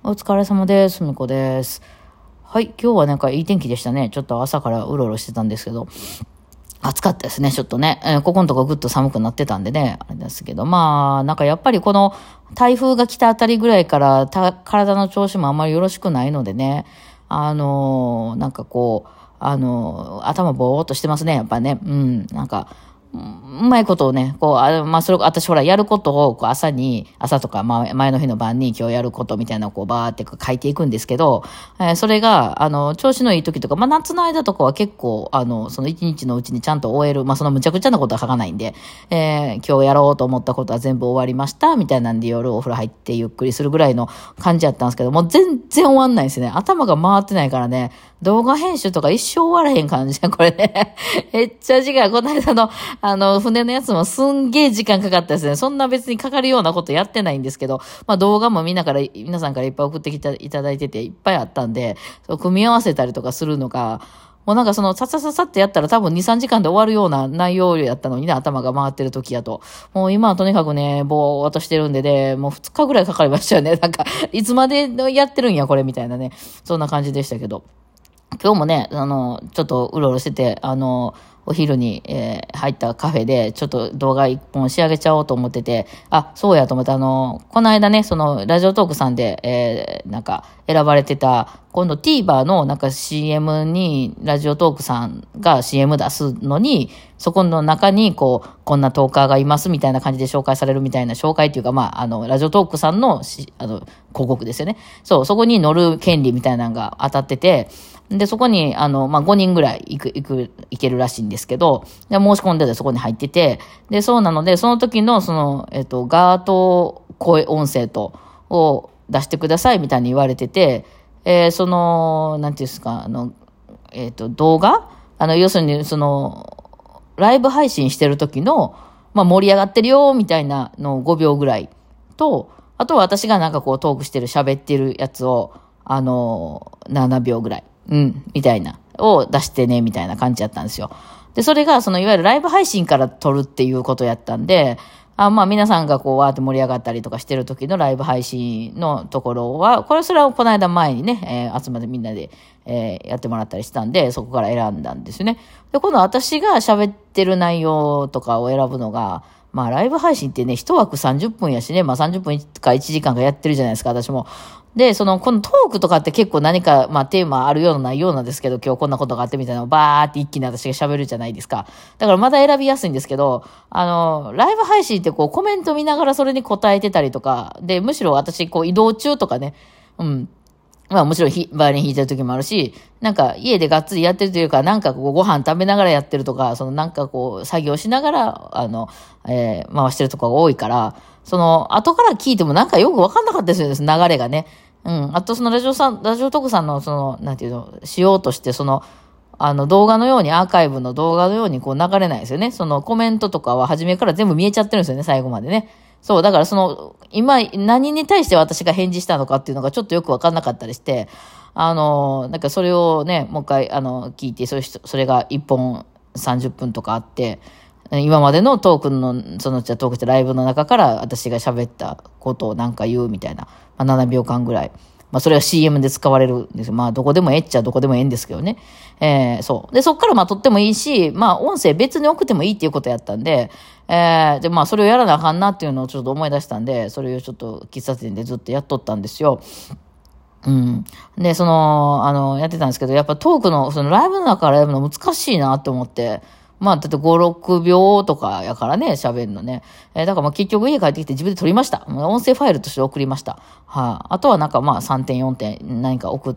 お疲れ様です。みこです。はい、今日はなんかいい天気でしたね。ちょっと朝からうろうろしてたんですけど、暑かったですね、ちょっとね。ここのとこぐっと寒くなってたんでね、あれですけど、まあ、なんかやっぱりこの台風が来たあたりぐらいから体の調子もあんまりよろしくないのでね、なんかこう、頭ぼーっとしてますね、やっぱね。なんか、うまいことをね、こう、それ、私ほら、やることを、こう、朝とか、前の日の晩に今日やることみたいなのをこう、バーって書いていくんですけど、それが、調子のいい時とか、夏の間とかは結構、その一日のうちにちゃんと終える、そのむちゃくちゃなことは書かないんで、今日やろうと思ったことは全部終わりました、みたいなんで夜お風呂入ってゆっくりするぐらいの感じやったんですけど、もう全然終わんないですね。頭が回ってないからね、動画編集とか一生終わらへん感じね、これね。めっちゃ時間、この間の、船のやつもすんげえ時間かかったですね。そんな別にかかるようなことやってないんですけど、動画も皆さんからいっぱい送っていただいてていっぱいあったんで、組み合わせたりとかするのが、もうなんかささってやったら多分2、3時間で終わるような内容やったのにね、頭が回ってる時やと。もう今はとにかくね、ぼーっとしてるんでね、もう2日ぐらいかかりましたよね。なんか、いつまでやってるんや、これみたいなね。そんな感じでしたけど。今日もね、ちょっとうろうろしてて、お昼に、入ったカフェで、ちょっと動画一本仕上げちゃおうと思ってて、そうやと思って、この間ね、その、ラジオトークさんで、なんか、選ばれてた、今度 TVer のなんか CM に、ラジオトークさんが CM 出すのに、そこの中に、こんなトーカーがいますみたいな感じで紹介されるみたいな紹介っていうか、ラジオトークさんの広告ですよね。そう、そこに乗る権利みたいなのが当たってて、で、そこに、5人ぐらい行けるらしいんですけど、で申し込んでてそこに入ってて、で、そうなので、その時の、ガート声音声を出してくださいみたいに言われてて、なんていうんですか、動画要するに、ライブ配信してる時の、盛り上がってるよ、みたいなのを5秒ぐらいと、あとは私がなんかこうトークしてる、喋ってるやつを、7秒ぐらい。みたいな、を出してね、みたいな感じやったんですよ。で、それが、いわゆるライブ配信から撮るっていうことやったんで、皆さんがこう、わーって盛り上がったりとかしてる時のライブ配信のところは、それはこの間前にね、集まってみんなで、やってもらったりしたんで、そこから選んだんですよね。で、今度私が喋ってる内容とかを選ぶのが、ライブ配信ってね、一枠30分やしね、30分か1時間かやってるじゃないですか、私も。で、このトークとかって結構何か、テーマあるようなないようなんですけど、今日こんなことがあってみたいなのをバーって一気に私が喋るじゃないですか。だからまだ選びやすいんですけど、ライブ配信ってこうコメント見ながらそれに答えてたりとか、で、むしろ私こう移動中とかね、もちろんバイオリン弾いてる時もあるし、なんか家でがっつりやってるというか、なんかこうご飯食べながらやってるとか、なんかこう作業しながら、回してるとかが多いから、後から聞いてもなんかよくわかんなかったですよね、流れがね。あとラジオトークさんのなんていうの、しようとして、動画のように、アーカイブの動画のようにこう流れないですよね。コメントとかは初めから全部見えちゃってるんですよね、最後までね。そう、だから今、何に対して私が返事したのかっていうのがちょっとよくわかんなかったりして、なんかそれをね、もう一回、聞いて、それが1本30分とかあって、今までのトークの、トークしてライブの中から私が喋ったことをなんか言うみたいな、7秒間ぐらい。それは CM で使われるんですよ。どこでもええっちゃどこでもええんですけどね。そう。で、そっから撮ってもいいし、音声別に送ってもいいっていうことやったんで、で、それをやらなあかんなっていうのをちょっと思い出したんで、それをちょっと喫茶店でずっとやっとったんですよ。で、やってたんですけど、やっぱトークの、ライブの中からやるの難しいなって思って、だって5、6秒とかやからね、喋るのね。だから結局家帰ってきて自分で撮りました。音声ファイルとして送りました。あとはなんか3点4点何か送って、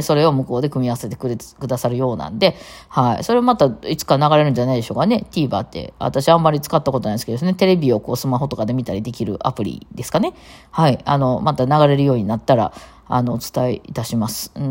それを向こうで組み合わせてくださるようなんで、それまたいつか流れるんじゃないでしょうかね。TVer って、私あんまり使ったことないですけどね、テレビをこうスマホとかで見たりできるアプリですかね。また流れるようになったら、お伝えいたします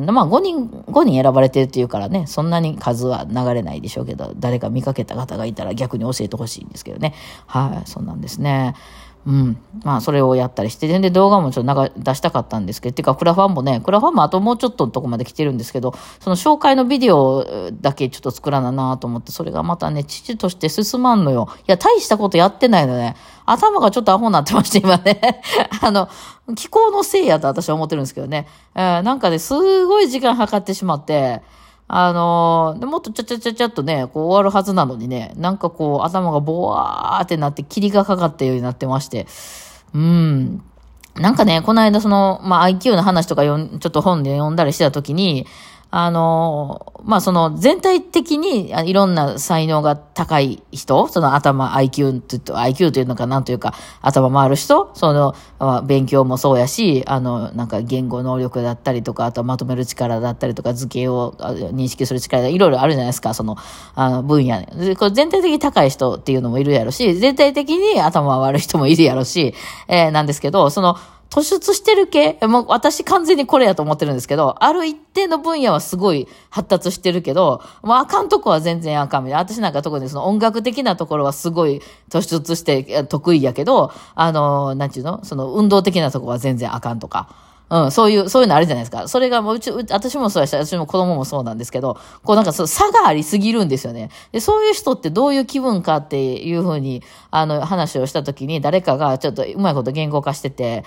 。5人選ばれてるっていうからね、そんなに数は流れないでしょうけど、誰か見かけた方がいたら逆に教えてほしいんですけどね。そんなんですね。 うん。まあ、それをやったりして、で、動画もちょっと出したかったんですけど、てか、クラファンもあともうちょっとのとこまで来てるんですけど、その紹介のビデオだけちょっと作らなと思って、それがまたね、父として進まんのよ。いや、大したことやってないのね。頭がちょっとアホになってまして、今ね。気候のせいやと私は思ってるんですけどね。なんかね、すごい時間計ってしまって、もっとちゃっとね、こう終わるはずなのにね、なんかこう頭がボワーってなって霧がかかったようになってまして、なんかね、この間IQ の話とかちょっと本で読んだりしてた時に、全体的にいろんな才能が高い人、IQ というのかなんというか、頭回る人、勉強もそうやし、なんか言語能力だったりとか、あとまとめる力だったりとか、図形を認識する力いろいろあるじゃないですか、分野で。これ全体的に高い人っていうのもいるやろし、全体的に頭回る人もいるやろし、なんですけど、突出してる系もう私完全にこれやと思ってるんですけど、ある一定の分野はすごい発達してるけど、もうあかんとこは全然あかんみたいな。私なんか特に音楽的なところはすごい突出して得意やけど、なんちゅうの運動的なところは全然あかんとか。そういうのあるじゃないですか。それがもう私もそうやし、私も子供もそうなんですけど、こうなんか差がありすぎるんですよね。で、そういう人ってどういう気分かっていうふうに、話をしたときに誰かがちょっとうまいこと言語化してて、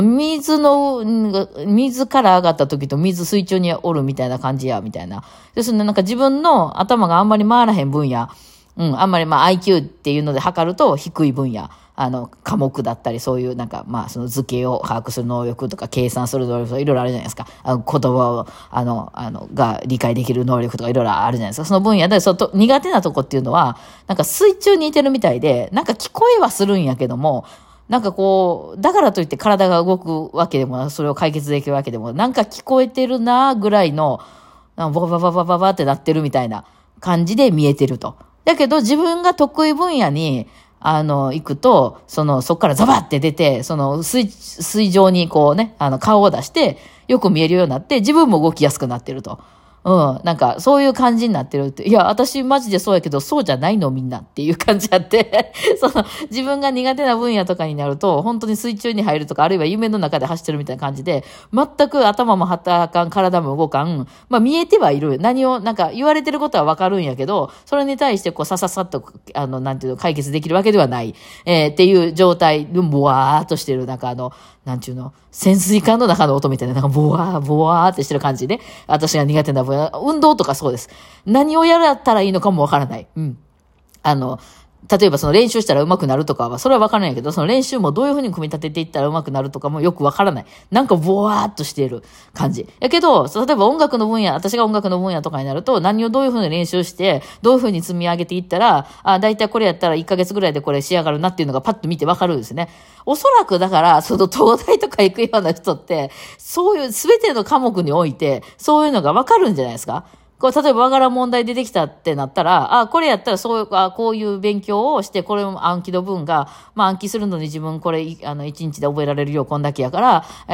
水から上がった時と水中におるみたいな感じや、みたいな。ですので、なんか自分の頭があんまり回らへん分野、あんまりIQ っていうので測ると低い分野。科目だったり、そういうなんか、図形を把握する能力とか、計算する能力とか、いろいろあるじゃないですか。言葉を、が理解できる能力とか、いろいろあるじゃないですか。その分野で、苦手なとこっていうのは、なんか水中にいてるみたいで、なんか聞こえはするんやけども、なんかこう、だからといって体が動くわけでも、それを解決できるわけでも、なんか聞こえてるなぐらいの、ババババババってなってるみたいな感じで見えてると。だけど、自分が得意分野に、行くと、そっからザバって出て、水上にこうね、顔を出して、よく見えるようになって、自分も動きやすくなってると。なんか、そういう感じになってるって。いや、私マジでそうやけど、そうじゃないのみんなっていう感じあって、自分が苦手な分野とかになると、本当に水中に入るとか、あるいは夢の中で走ってるみたいな感じで、全く頭も働かん、体も動かん、見えてはいる。なんか言われてることはわかるんやけど、それに対してさっと、なんていうの、解決できるわけではない。っていう状態で、ボワーっとしてる、なんかなんちゅうの、潜水艦の中の音みたいな、なんかボワーってしてる感じね。私が苦手な分野。運動とかそうです。何をやったらいいのかもわからない。例えば練習したら上手くなるとかは、それはわからないけど、その練習もどういうふうに組み立てていったら上手くなるとかもよくわからない。なんかボワーっとしている感じ。やけど、例えば音楽の分野、私が音楽の分野とかになると、何をどういうふうに練習して、どういうふうに積み上げていったら、だいたいこれやったら1ヶ月ぐらいでこれ仕上がるなっていうのがパッと見てわかるんですね。おそらくだから、東大とか行くような人って、そういう全ての科目において、そういうのがわかるんじゃないですか。例えばわからん問題出てきたってなったら、これやったらこういう勉強をして、これも暗記の分が、暗記するのに自分これ、1日で覚えられるようこんだけやから、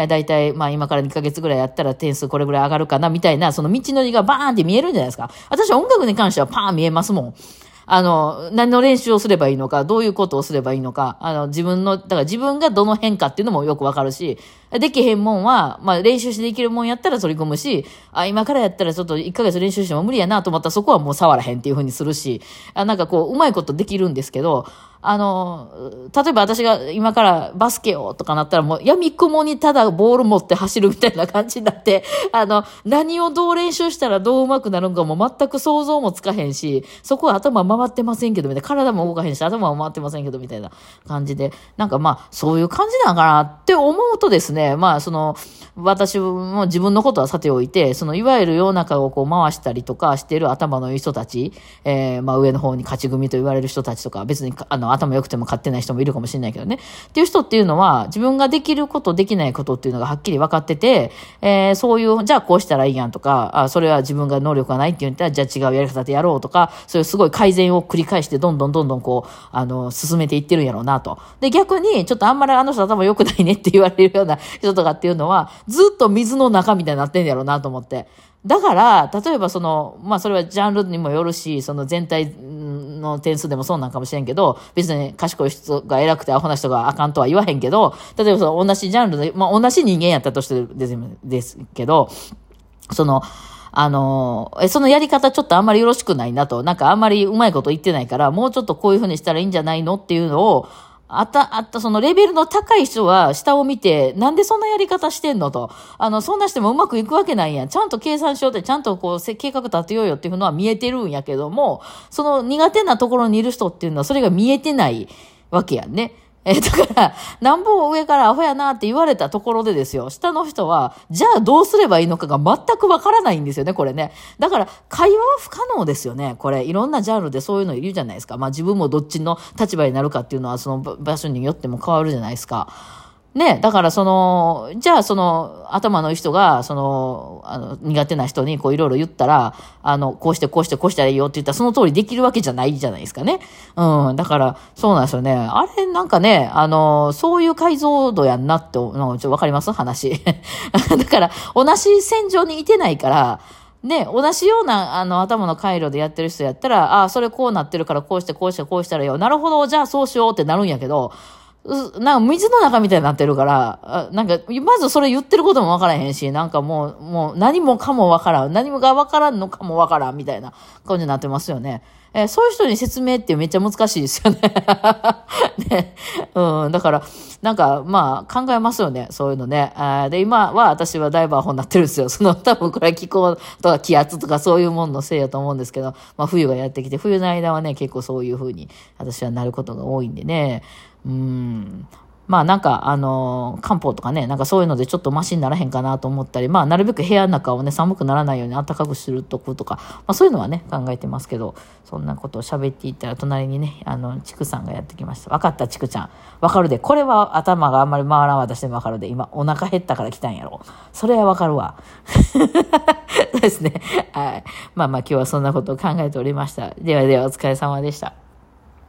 だいたい、今から2ヶ月ぐらいやったら点数これぐらい上がるかな、みたいな、その道のりがバーンって見えるんじゃないですか。私は音楽に関してはパーン見えますもん。何の練習をすればいいのか、どういうことをすればいいのか、だから自分がどの変化っていうのもよくわかるし、できへんもんは、練習してできるもんやったら取り込むし、今からやったらちょっと1ヶ月練習しても無理やなと思ったらそこはもう触らへんっていう風にするし、なんかこう、うまいことできるんですけど、例えば私が今からバスケをとかなったらもう闇雲にただボール持って走るみたいな感じになって、何をどう練習したらどう上手くなるんかも全く想像もつかへんし、そこは頭回ってませんけど、みたいな、体も動かへんし、頭も回ってませんけど、みたいな感じで、なんかそういう感じなんかなって思うとですね、私も自分のことはさておいて、いわゆる世の中をこう回したりとかしてる頭のいい人たち、上の方に勝ち組と言われる人たちとか、別に頭良くても勝ってない人もいるかもしれないけどね。っていう人っていうのは、自分ができること、できないことっていうのがはっきり分かってて、そういう、じゃあこうしたらいいやんとか、それは自分が能力がないって言ったら、じゃあ違うやり方でやろうとか、そういうすごい改善を繰り返して、どんどんこう、進めていってるんやろうなと。で、逆に、ちょっとあんまりあの人頭良くないねって言われるような人とかっていうのは、ずっと水の中みたいになってんやろうなと思って。だから、例えばそれはジャンルにもよるし、全体の点数でもそうなんかもしれんけど、別に賢い人が偉くてアホな人があかんとは言わへんけど、例えばその同じジャンルで、まあ同じ人間やったとしてですけど、そのやり方ちょっとあんまりよろしくないなと、なんかあんまりうまいこと言ってないから、もうちょっとこういう風にしたらいいんじゃないのっていうのを、そのレベルの高い人は下を見て、なんでそんなやり方してんのと。そんなしてもうまくいくわけないやん。ちゃんと計算しようって、ちゃんとこう、計画立てようよっていうのは見えてるんやけども、その苦手なところにいる人っていうのはそれが見えてないわけやんね。だから、なんぼ上からアホやなって言われたところでですよ、下の人は、じゃあどうすればいいのかが全くわからないんですよね、これね。だから、会話は不可能ですよね、これ。いろんなジャンルでそういうのいるじゃないですか。まあ自分もどっちの立場になるかっていうのは、その場所によっても変わるじゃないですか。ね、だからじゃあ頭のいい人が、苦手な人にこういろいろ言ったら、こうしてこうしてこうしたらいいよって言ったらその通りできるわけじゃないじゃないですかね。うん、だから、そうなんですよね。あれ、なんかね、そういう解像度やんなって、ちょっとわかります話。だから、同じ戦場にいてないから、ね、同じような、頭の回路でやってる人やったら、それこうなってるからこうしてこうしてこうしたらいいよ。なるほど、じゃあそうしようってなるんやけど、なんか水の中みたいになってるから、なんか、まずそれ言ってることもわからへんし、なんかもう何もかもわからん。何もがわからんのかもわからんみたいな感じになってますよね。そういう人に説明ってめっちゃ難しいですよね。ね。うん。だから、なんか、まあ、考えますよね。そういうのね。で、今は私はだいぶアホになってるんですよ。多分これは気候とか気圧とかそういうもののせいやと思うんですけど、まあ、冬がやってきて、冬の間はね、結構そういう風に私はなることが多いんでね。まあなんか、漢方とかね、なんかそういうのでちょっとマシにならへんかなと思ったり、まあなるべく部屋の中をね、寒くならないように暖かくするとことか、まあそういうのはね、考えてますけど、そんなことを喋っていったら隣にね、ちくさんがやってきました。わかった、ちくちゃん。わかるで。これは頭があんまり回らん私でもわかるで。今、お腹減ったから来たんやろ。それはわかるわ。そうですね。はい。まあまあ今日はそんなことを考えておりました。ではではお疲れ様でした。